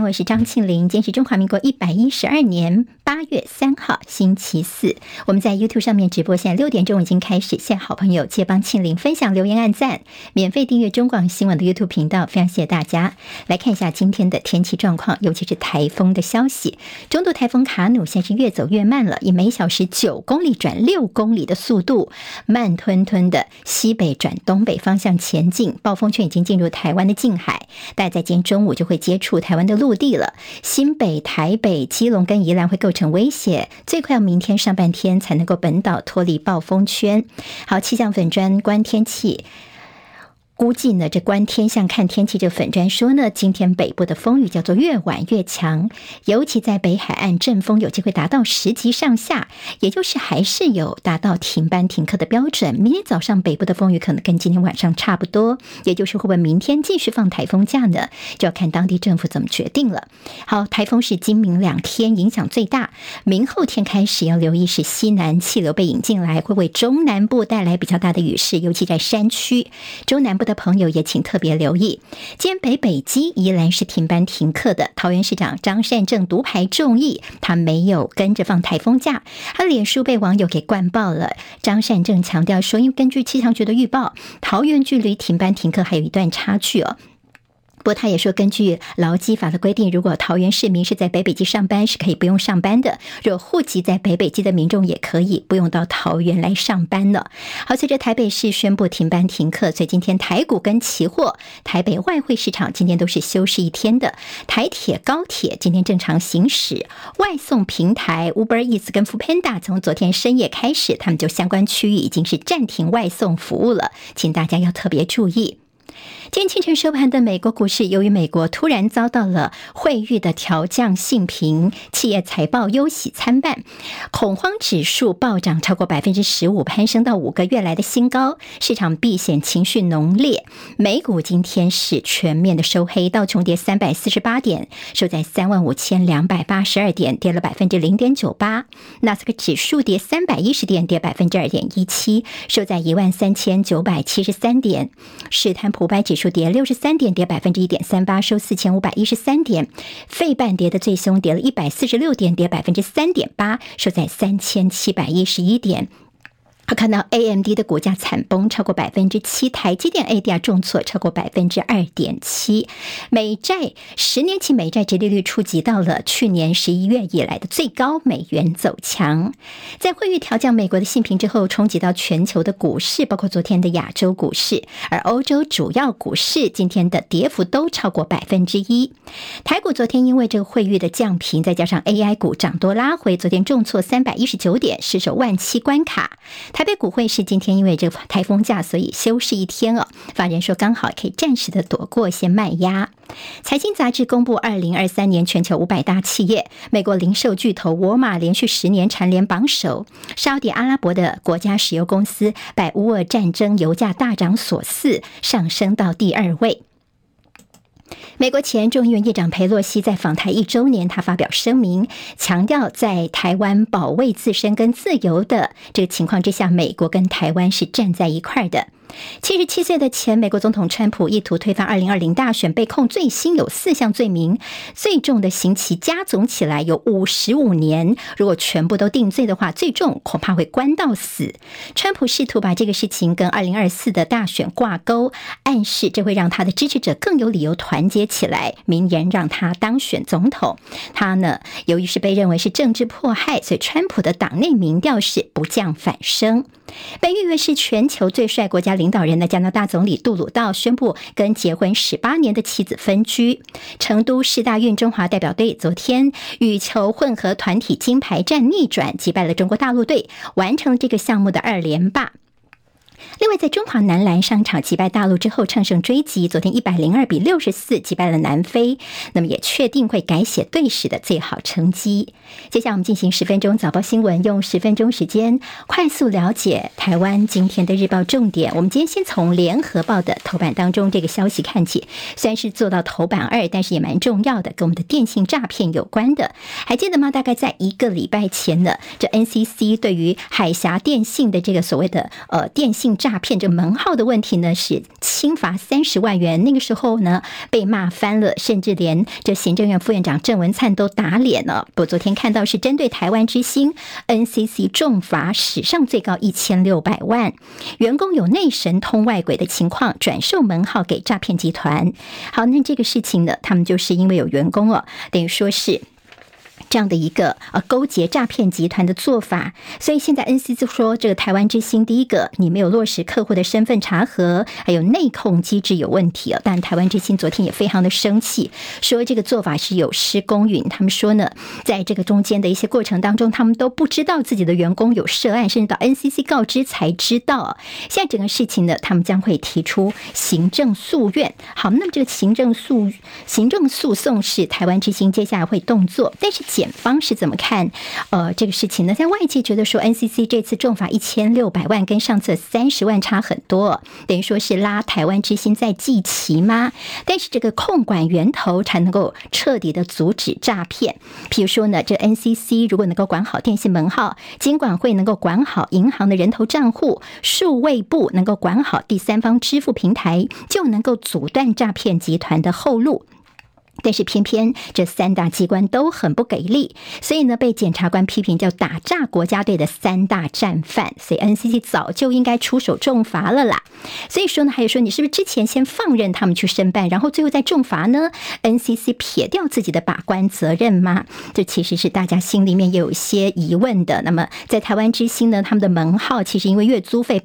我是张庆玲。今天是中华民国112年8月3号，星期四。我们在 YouTube 上面直播，现在6点钟已经开始。现在好朋友借帮庆玲分享、留言、按赞，免费订阅中广新闻的 YouTube 频道，非常谢谢大家。来看一下今天的天气状况，尤其是台风的消息。中度台风卡努现在是越走越慢了，以每小时9公里转6公里的速度，慢吞吞的西北转东北方向前进。暴风圈已经进入台湾的近海，大概在今天中午就会接触台湾的陆地了。新北、台北、基隆跟宜兰会构成威胁，最快要明天上半天才能够本岛脱离暴风圈。好，气象粉专观天气。估计呢，这观天象看天气，这粉专说呢，今天北部的风雨叫做越晚越强，尤其在北海岸阵风有机会达到10级上下，也就是还是有达到停班停课的标准。明天早上北部的风雨可能跟今天晚上差不多，也就是会不会明天继续放台风假呢，就要看当地政府怎么决定了。好，台风是今明2天影响最大，明后天开始要留意是西南气流被引进来，会为中南部带来比较大的雨势，尤其在山区，中南部的朋友也请特别留意。今天北基宜兰是停班停课的，桃园市长张善政独排众议，他没有跟着放台风假，他脸书被网友给灌爆了。张善政强调说，因为根据气象局的预报，桃园距离停班停课还有一段差距哦。不过他也说，根据劳基法的规定，如果桃园市民是在北北基上班，是可以不用上班的。如果户籍在北北基的民众也可以不用到桃园来上班了。好，随着台北市宣布停班停课，所以今天台股跟期货、台北外汇市场今天都是休市一天的。台铁、高铁今天正常行驶，外送平台 Uber Eats 跟 Foodpanda 从昨天深夜开始，他们就相关区域已经是暂停外送服务了，请大家要特别注意。今天清晨收盘的美国股市，由于美国突然遭到了惠誉的调降信评，企业财报忧喜参半，恐慌指数暴涨超过 15%， 攀升到5个月来的新高，市场避险情绪浓烈。美股今天是全面的收黑，道琼跌348点，收在35,282点，跌了 0.98%， 纳斯达克指数跌310点，跌 2.17%， 收在13,973点，史坦普500指数跌63点，跌 1.38%， 收4513点。费半跌的最凶，跌了146点，跌 3.8%， 收在3711点。看到 AMD 的股价惨崩超过 7%， 台积电 ADR 重挫超过 2.7%， 美债10年期美债殖利率触及到了去年11月以来的最高，美元走强。在惠誉调降美国的信评之后，冲击到全球的股市，包括昨天的亚洲股市，而欧洲主要股市今天的跌幅都超过 1%。 台股昨天因为这个惠誉的降评，再加上 AI 股涨多拉回，昨天重挫319点，失守17000关卡。台北股汇是今天因为这个台风假，所以休市一天哦。法人说刚好可以暂时的躲过一些卖压。财经杂志公布2023年全球500大企业，美国零售巨头沃尔玛连续10年蝉联榜首，沙特阿拉伯的国家石油公司拜乌俄战争油价大涨所赐，上升到第2位。美国前众议院议长裴洛西在访台1周年，他发表声明，强调在台湾保卫自身跟自由的这个情况之下，美国跟台湾是站在一块的。77岁的前美国总统川普意图推翻2020大选，被控最新有4项罪名，最重的刑期加总起来有55年，如果全部都定罪的话，最重恐怕会关到死。川普试图把这个事情跟2024的大选挂钩，暗示这会让他的支持者更有理由团结起来，明言让他当选总统。他呢，由于是被认为是政治迫害，所以川普的党内民调是不降反升。被誉为是全球最帅国家领导人的加拿大总理杜鲁道宣布跟结婚18年的妻子分居。成都世大运中华代表队昨天羽球混合团体金牌战逆转，击败了中国大陆队，完成这个项目的2连霸。另外，在中华男篮上场击败大陆之后，乘胜追击，昨天102-64击败了南非，那么也确定会改写队史的最好成绩。接下来我们进行10分钟早报新闻，用10分钟时间快速了解台湾今天的日报重点。我们今天先从联合报的头版当中这个消息看起，虽然是做到头版2，但是也蛮重要的，跟我们的电信诈骗有关的。还记得吗？大概在1个礼拜前呢，这 NCC 对于海峡电信的这个所谓的电信性诈骗这门号的问题呢，是轻罚30万元。那个时候呢，被骂翻了，甚至连这行政院副院长郑文灿都打脸了。不过昨天看到是针对台湾之星 NCC 重罚史上最高1600万，员工有内神通外鬼的情况，转售门号给诈骗集团。好，那这个事情呢，他们就是因为有员工等于说是这样的一个勾结诈骗集团的做法，所以现在 NCC 说这个台湾之星，第一个你没有落实客户的身份查核，还有内控机制有问题但台湾之星昨天也非常的生气，说这个做法是有失公允。他们说呢，在这个中间的一些过程当中，他们都不知道自己的员工有涉案，甚至到 NCC 告知才知道。现在整个事情呢，他们将会提出行政诉愿。好，那么这个行政诉讼是台湾之星接下来会动作，但是检方是怎么看这个事情呢？在外界觉得说 NCC 这次重罚1600万跟上次30万差很多，等于说是拉台湾之星在祭旗吗？但是这个控管源头才能够彻底的阻止诈骗。譬如说呢，这 NCC 如果能够管好电信门号，金管会能够管好银行的人头账户，数位部能够管好第三方支付平台，就能够阻断诈骗集团的后路。但是偏偏这3大机关都很不给力，所以呢被检察官批评叫打诈国家队的3大战犯，所以 NCC 早就应该出手重罚了啦。所以说呢，还有说你是不是之前先放任他们去申办，然后最后再重罚呢？ NCC 撇掉自己的把关责任吗？这其实是大家心里面也有一些疑问的。那么在台湾之星呢，他们的门号其实因为月租费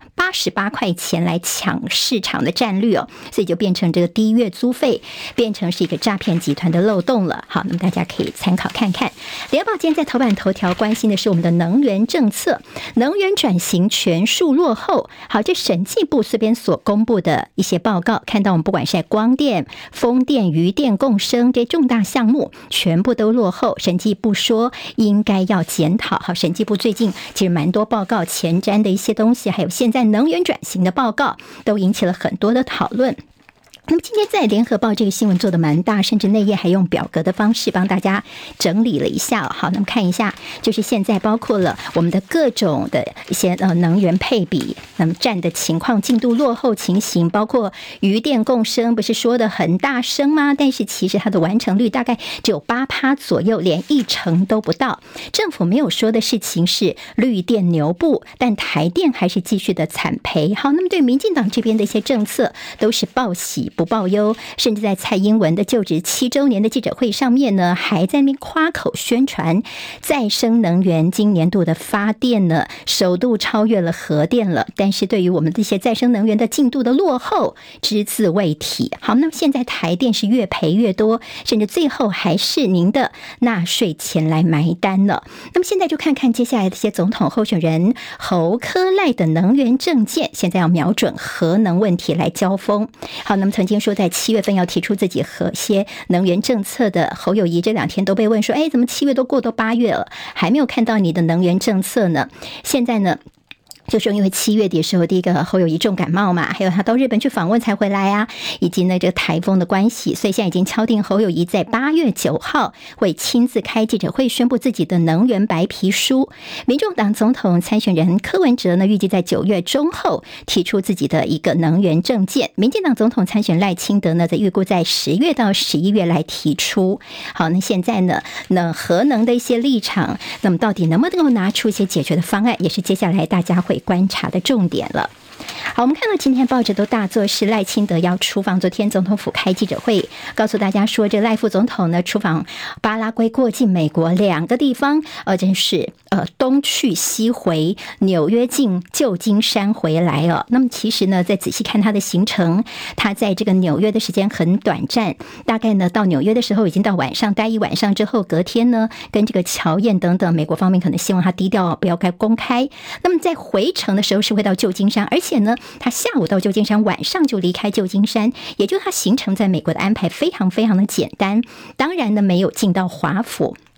88块钱来抢市场的占率所以就变成这个低月租费变成是一个诈骗集团的漏洞了。好，那么大家可以参考看看。联合报今天在头版头条关心的是我们的能源政策，能源转型全数落后。好，这审计部这边所公布的一些报告，看到我们不管是在光电、风电、余电共生这重大项目全部都落后，审计部说应该要检讨。好，审计部最近其实蛮多报告前瞻的一些东西，还有现在能源转型的报告都引起了很多的讨论。那么今天在联合报这个新闻做的蛮大，甚至内页还用表格的方式帮大家整理了一下。好，那么看一下，就是现在包括了我们的各种的一些能源配比，那么占的情况、进度落后情形，包括余电共生，不是说的很大声吗？但是其实它的完成率大概只有8%左右，连1%都不到。政府没有说的事情是绿电牛步，但台电还是继续的惨赔。好，那么对民进党这边的一些政策都是报喜不报忧，甚至在蔡英文的就职7周年的记者会上面呢，还在那边夸口宣传再生能源今年度的发电呢，首度超越了核电了。但是对于我们这些再生能源的进度的落后，只字未提。好，那么现在台电是越赔越多，甚至最后还是您的纳税钱来埋单了。那么现在就看看接下来的一些总统候选人侯柯赖的能源政见，现在要瞄准核能问题来交锋。好，那么曾经说在7月份要提出自己和些能源政策的侯友宜，这2天都被问说，怎么7月都过到8月了，还没有看到你的能源政策呢？现在呢就是因为7月底的时候，第一个侯友宜重感冒嘛，还有他到日本去访问才回来啊，以及呢这个台风的关系，所以现在已经敲定侯友宜在8月9号会亲自开记者会，宣布自己的能源白皮书。民众党总统参选人柯文哲呢，预计在9月中后提出自己的一个能源政见。民进党总统参选赖清德呢，则预估在10月到11月来提出。好，那现在呢，那核能的一些立场，那么到底能不能够拿出一些解决的方案，也是接下来大家会观察的重点了。好，我们看到今天报纸都大作是赖清德要出访，昨天总统府开记者会，告诉大家说，这赖副总统呢出访巴拉圭过境美国2个地方，真是东去西回，纽约进旧金山回来哦。那么其实呢，再仔细看他的行程，他在这个纽约的时间很短暂，大概呢到纽约的时候已经到晚上，待1晚上之后，隔天呢跟这个乔宴等等，美国方面可能希望他低调，不要该公开。那么在回程的时候是会到旧金山，而且呢他下午到旧金山，晚上就离开旧金山，也就他行程在美国的安排非常非常的简单。当然呢没有进到华府，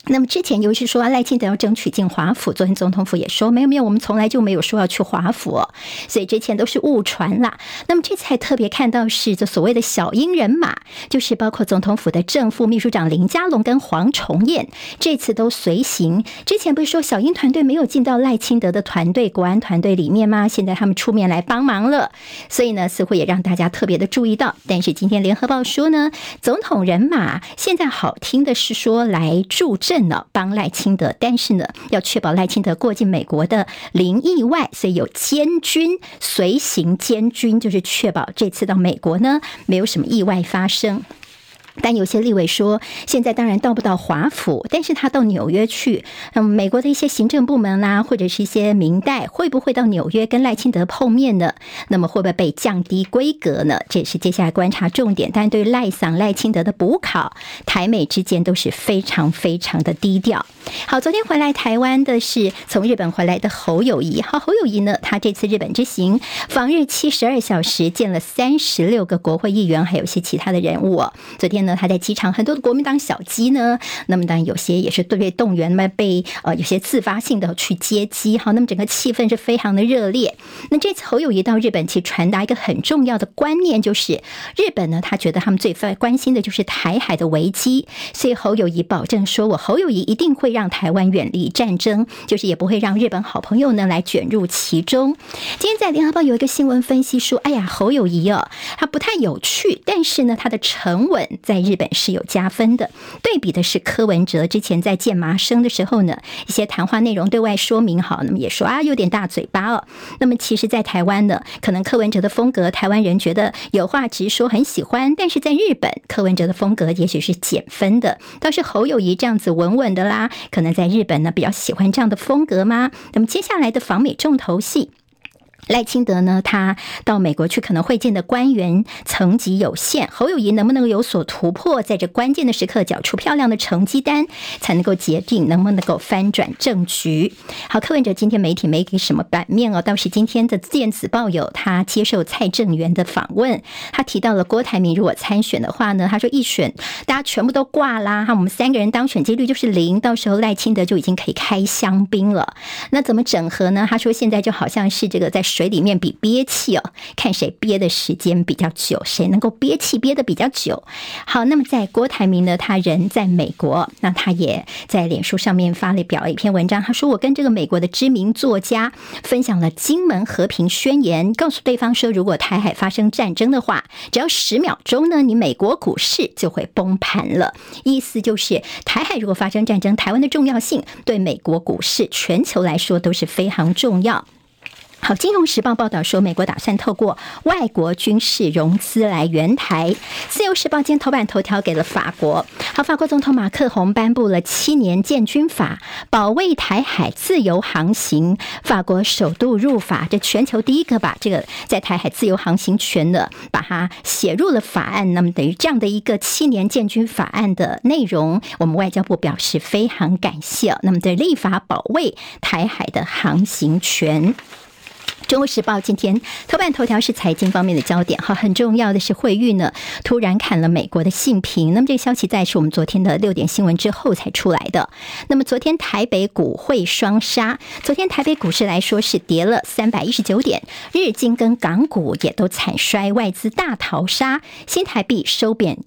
那么之前尤其说赖清德要争取进华府，昨天总统府也说没有，我们从来就没有说要去华府所以之前都是误传啦。那么这次还特别看到是这所谓的小英人马，就是包括总统府的正副秘书长林佳龙跟黄崇彦，这次都随行。之前不是说小英团队没有进到赖清德的团队国安团队里面吗？现在他们出面来帮忙了，所以呢似乎也让大家特别的注意到。但是今天联合报说呢，总统人马现在好听的是说来助阵帮赖清德，但是呢要确保赖清德过境美国的零意外，所以有监军随行，监军就是确保这次到美国呢没有什么意外发生。但有些立委说，现在当然到不到华府，但是他到纽约去，美国的一些行政部门啦，或者是一些民代，会不会到纽约跟赖清德碰面呢？那么会不会被降低规格呢？这也是接下来观察重点。但对赖清德的补考，台美之间都是非常非常的低调。好，昨天回来台湾的是从日本回来的侯友宜。好，侯友宜呢，他这次日本之行访日72小时，见了36个国会议员，还有一些其他的人物昨天呢，他在机场很多的国民党小鸡呢，那么当然有些也是对动员嘛，被有些自发性的去接机。好，那么整个气氛是非常的热烈。那这次侯友宜到日本，其实传达一个很重要的观念，就是日本呢，他觉得他们最关心的就是台海的危机，所以侯友宜保证说，我侯友宜一定会让台湾远离战争，就是也不会让日本好朋友呢来卷入其中。今天在联合报有一个新闻分析说，哎呀，侯友宜他不太有趣，但是呢，他的沉稳在日本是有加分的。对比的是柯文哲之前在见麻生的时候呢，一些谈话内容对外说明好，那么也说有点大嘴巴那么其实在台湾呢，可能柯文哲的风格台湾人觉得有话直说很喜欢，但是在日本柯文哲的风格也许是减分的。倒是侯友宜这样子稳稳的啦，可能在日本呢比较喜欢这样的风格吗？那么接下来的访美重头戏，赖清德呢，他到美国去可能会见的官员层级有限，侯友宜能不能有所突破，在这关键的时刻缴出漂亮的成绩单，才能够决定能不能够翻转政局。好，柯文哲今天媒体没给什么版面倒是今天的电子报有他接受蔡正元的访问，他提到了郭台铭如果参选的话呢，他说一选大家全部都挂啦，我们3个人当选几率就是0，到时候赖清德就已经可以开香槟了。那怎么整合呢？他说现在就好像是这个在水里面比憋气看谁憋的时间比较久，谁能够憋气憋得比较久。好，那么在郭台铭呢，他人在美国，那他也在脸书上面表了一篇文章，他说我跟这个美国的知名作家分享了金门和平宣言，告诉对方说，如果台海发生战争的话，只要10秒钟呢，你美国股市就会崩盘了。意思就是台海如果发生战争，台湾的重要性对美国股市全球来说都是非常重要。好，金融时报报道说，美国打算透过外国军事融资来援台。自由时报今天头版头条给了法国。好，法国总统马克宏颁布了7年建军法，保卫台海自由航行。法国首度入法，这全球第一个把这个在台海自由航行权的把它写入了法案。那么等于这样的一个7年建军法案的内容，我们外交部表示非常感谢。那么对立法保卫台海的航行权。中国时报今天头版头条是财经方面的焦点，很重要的是惠誉呢突然砍了美国的信评，那么这个消息在是我们昨天的6点新闻之后才出来的。那么昨天台北股汇双杀，昨天台北股市来说是跌了319点，日经跟港股也都惨衰，外资大逃杀，新台币收贬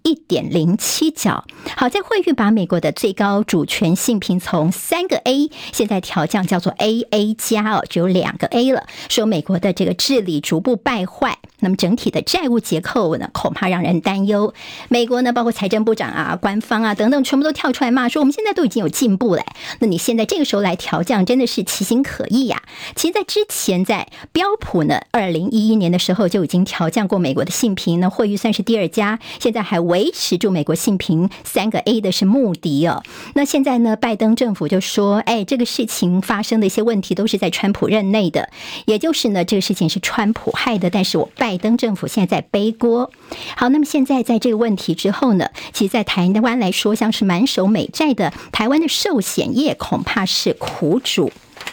1.07 角。好，在惠誉把美国的最高主权信评从3个 A 现在调降叫做 AA 加只有2个 A 了，说美国的这个治理逐步败坏，那么整体的债务结构呢，恐怕让人担忧。美国呢，包括财政部长官方等等，全部都跳出来骂说，我们现在都已经有进步了，那你现在这个时候来调降，真的是其心可议呀。其实在之前，在标普呢，2011年的时候就已经调降过美国的信评，那惠誉算是第2家，现在还维持住美国信评3个 A 的是穆迪那现在呢，拜登政府就说，这个事情发生的一些问题都是在川普任内的，也就是呢，这个事情是川普害的，但是我拜登政府现在在背锅。好，那么现在在这个问题之后呢，其实在台湾来说，像是满手美债的台湾的寿险业恐怕是苦主。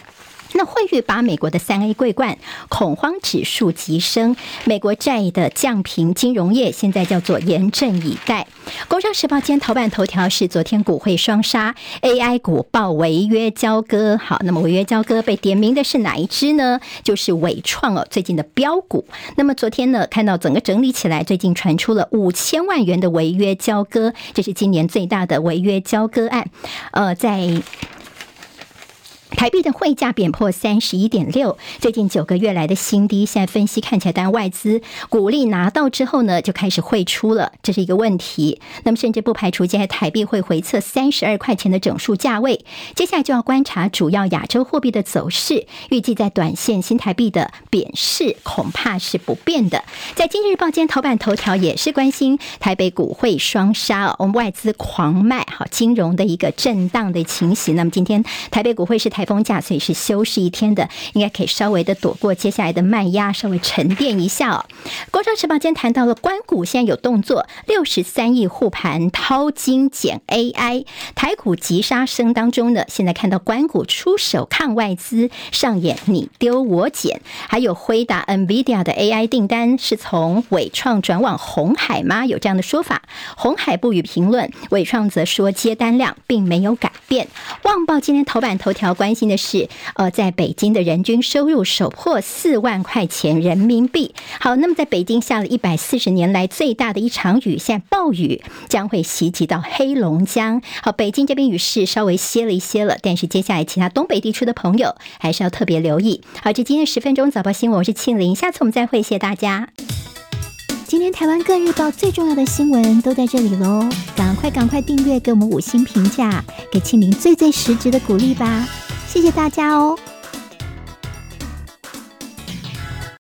那惠誉把美国的3A 桂冠恐慌指数急升，美国债的降评，金融业现在叫做严阵以待。工商时报今天头版头条是昨天股汇双杀 ，AI 股爆违约交割。好，那么违约交割被点名的是哪一支呢？就是伟创哦，最近的标股。那么昨天呢，看到整个整理起来，最近传出了5000万元的违约交割，这是今年最大的违约交割案。在台币的汇价贬破31.6，最近9个月来的新低。现在分析看起来，但外资股利拿到之后呢，就开始汇出了，这是一个问题。那么甚至不排除接下来台币会回测32块钱的整数价位。接下来就要观察主要亚洲货币的走势，预计在短线新台币的贬势恐怕是不变的。在今日日报今天头版头条也是关心台北股汇双杀，我们外资狂卖，好，金融的一个震荡的情形。那么今天台北股汇是台风假，所以是休市一天的，应该可以稍微的躲过接下来的卖压，稍微沉淀一下哦。工商时报今天谈到了官股现在有动作，63亿护盘掏金减 AI， 台股急杀声当中呢，现在看到官股出手抗外资，上演你丢我捡。还有辉达 NVIDIA 的 AI 订单是从伟创转往鸿海吗？有这样的说法，鸿海不予评论，伟创则说接单量并没有改变。旺报今天头版头条关心的是在北京的人均收入首破4万块钱人民币。好，那么在北京下了140年来最大的一场雨，现在暴雨将会袭击到黑龙江。好，北京这边雨势稍微歇了一些了，但是接下来其他东北地区的朋友还是要特别留意。好，这今天10分钟早报新闻，我是庆玲，下次我们再会，谢谢大家。 今天台湾各日报最重要的新闻都在这里咯，赶快订阅，给我们5星评价，给庆玲最实质的鼓励吧，谢谢大家哦。